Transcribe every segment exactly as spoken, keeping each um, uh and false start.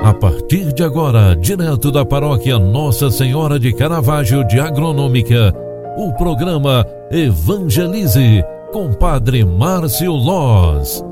A partir de agora, direto da paróquia Nossa Senhora de Caravaggio de Agronômica, o programa Evangelize com Padre Márcio Loz.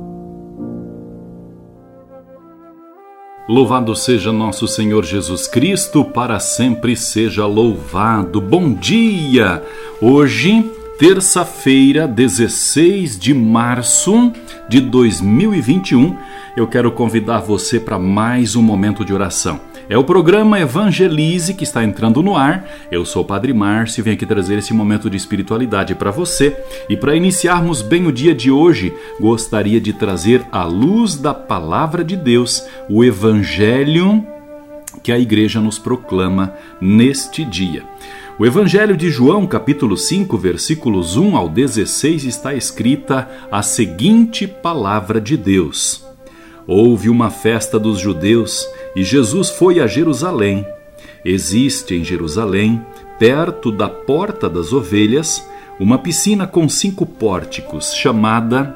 Louvado seja nosso Senhor Jesus Cristo, para sempre seja louvado. Bom dia! Hoje, terça-feira, dezesseis de março de dois mil e vinte e um, eu quero convidar você para mais um momento de oração. É o programa Evangelize que está entrando no ar. Eu sou o Padre Márcio e venho aqui trazer esse momento de espiritualidade para você. E para iniciarmos bem o dia de hoje, gostaria de trazer à luz da Palavra de Deus o Evangelho que a Igreja nos proclama neste dia. O Evangelho de João, capítulo cinco, versículos um ao dezesseis, está escrita a seguinte palavra de Deus. Houve uma festa dos judeus e Jesus foi a Jerusalém. Existe em Jerusalém, perto da Porta das Ovelhas, uma piscina com cinco pórticos, chamada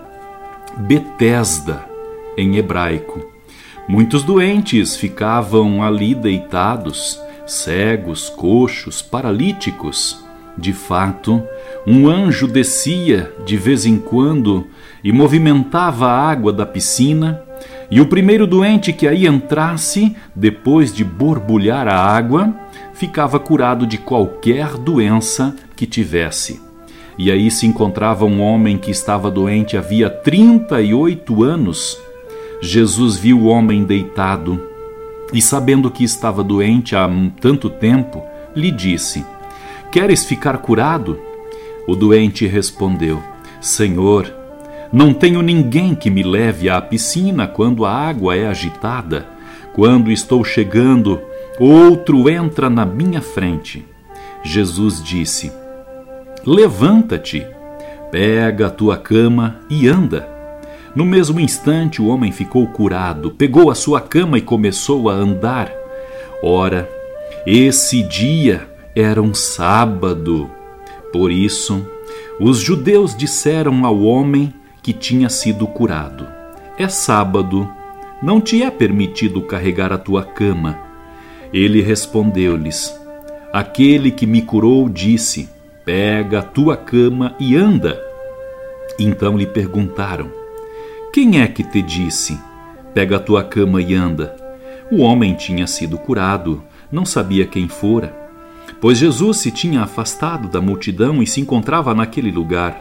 Betesda, em hebraico. Muitos doentes ficavam ali deitados, cegos, coxos, paralíticos. De fato, um anjo descia de vez em quando e movimentava a água da piscina, e o primeiro doente que aí entrasse, depois de borbulhar a água, ficava curado de qualquer doença que tivesse. E aí se encontrava um homem que estava doente havia trinta e oito anos. Jesus viu o homem deitado e, sabendo que estava doente há tanto tempo, lhe disse: "Queres ficar curado?" O doente respondeu: "Senhor, não tenho ninguém que me leve à piscina quando a água é agitada. Quando estou chegando, outro entra na minha frente." Jesus disse: "Levanta-te, pega a tua cama e anda." No mesmo instante, o homem ficou curado, pegou a sua cama e começou a andar. Ora, esse dia era um sábado. Por isso, os judeus disseram ao homem que tinha sido curado: "É sábado, não te é permitido carregar a tua cama." Ele respondeu-lhes: "Aquele que me curou disse: pega a tua cama e anda." Então lhe perguntaram: "Quem é que te disse: pega a tua cama e anda?" O homem tinha sido curado, não sabia quem fora, pois Jesus se tinha afastado da multidão e se encontrava naquele lugar.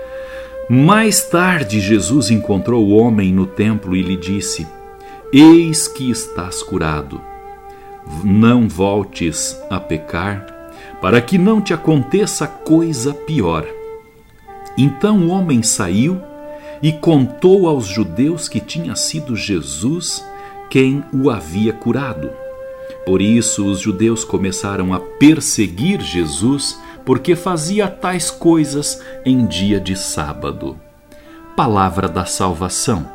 Mais tarde, Jesus encontrou o homem no templo e lhe disse: "Eis que estás curado. Não voltes a pecar, para que não te aconteça coisa pior." Então o homem saiu e contou aos judeus que tinha sido Jesus quem o havia curado. Por isso os judeus começaram a perseguir Jesus, porque fazia tais coisas em dia de sábado. Palavra da salvação.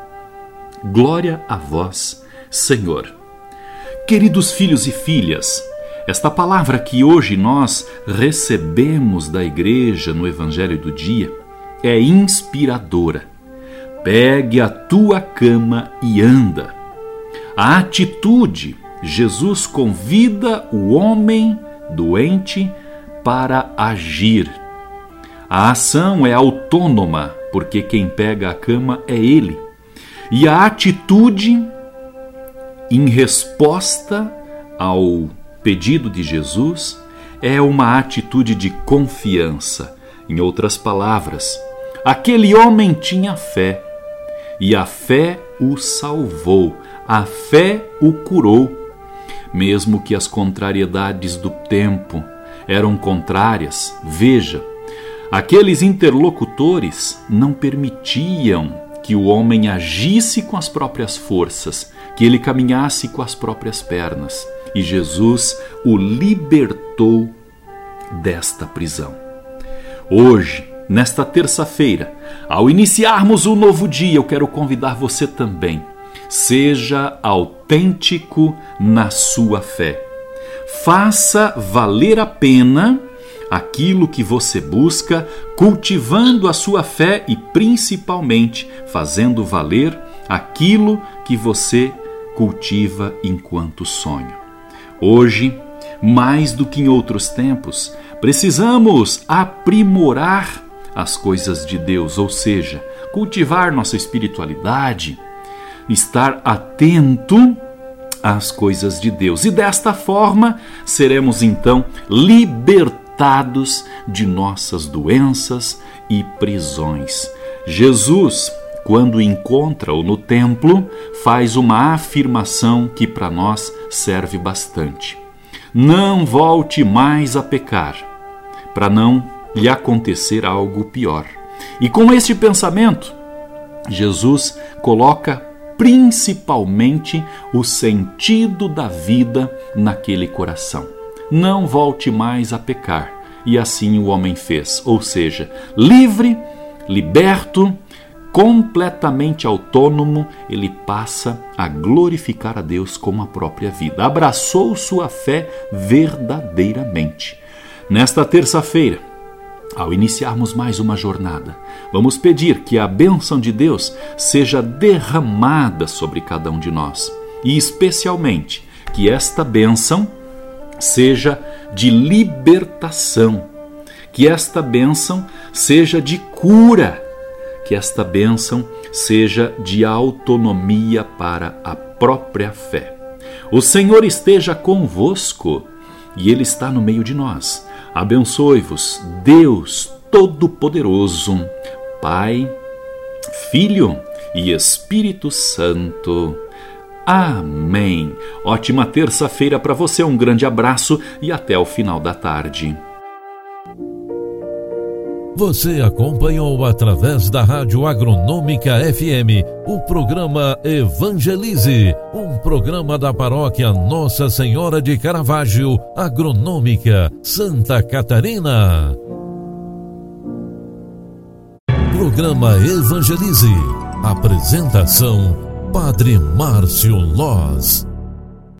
Glória a vós, Senhor. Queridos filhos e filhas, esta palavra que hoje nós recebemos da igreja no Evangelho do dia é inspiradora. Pegue a tua cama e anda. A atitude, Jesus convida o homem doente para agir. A ação é autônoma, porque quem pega a cama é ele. E a atitude, em resposta ao pedido de Jesus, é uma atitude de confiança. Em outras palavras, aquele homem tinha fé, e a fé o salvou, a fé o curou. Mesmo que as contrariedades do tempo eram contrárias, veja, aqueles interlocutores não permitiam que o homem agisse com as próprias forças, que ele caminhasse com as próprias pernas. E Jesus o libertou desta prisão. Hoje, nesta terça-feira, ao iniciarmos um novo dia, eu quero convidar você também. Seja autêntico na sua fé. Faça valer a pena aquilo que você busca, cultivando a sua fé e principalmente fazendo valer aquilo que você cultiva enquanto sonha. Hoje, mais do que em outros tempos, precisamos aprimorar as coisas de Deus, ou seja, cultivar nossa espiritualidade, estar atento às coisas de Deus. E desta forma, seremos então libertados de nossas doenças e prisões. Jesus, quando encontra-o no templo, faz uma afirmação que para nós serve bastante. Não volte mais a pecar, para não lhe acontecer algo pior. E com este pensamento, Jesus coloca principalmente o sentido da vida naquele coração. Não volte mais a pecar. E assim o homem fez, ou seja, livre, liberto, completamente autônomo, ele passa a glorificar a Deus com a própria vida. Abraçou sua fé verdadeiramente. Nesta terça-feira, ao iniciarmos mais uma jornada, vamos pedir que a bênção de Deus seja derramada sobre cada um de nós. E especialmente que esta bênção seja de libertação, que esta bênção seja de cura, que esta bênção seja de autonomia para a própria fé. O Senhor esteja convosco e Ele está no meio de nós. Abençoe-vos, Deus Todo-Poderoso, Pai, Filho e Espírito Santo. Amém. Ótima terça-feira para você, um grande abraço e até o final da tarde. Você acompanhou através da Rádio Agronômica F M o programa Evangelize, um programa da paróquia Nossa Senhora de Caravaggio, Agronômica, Santa Catarina. Programa Evangelize. Apresentação: Padre Márcio Loz.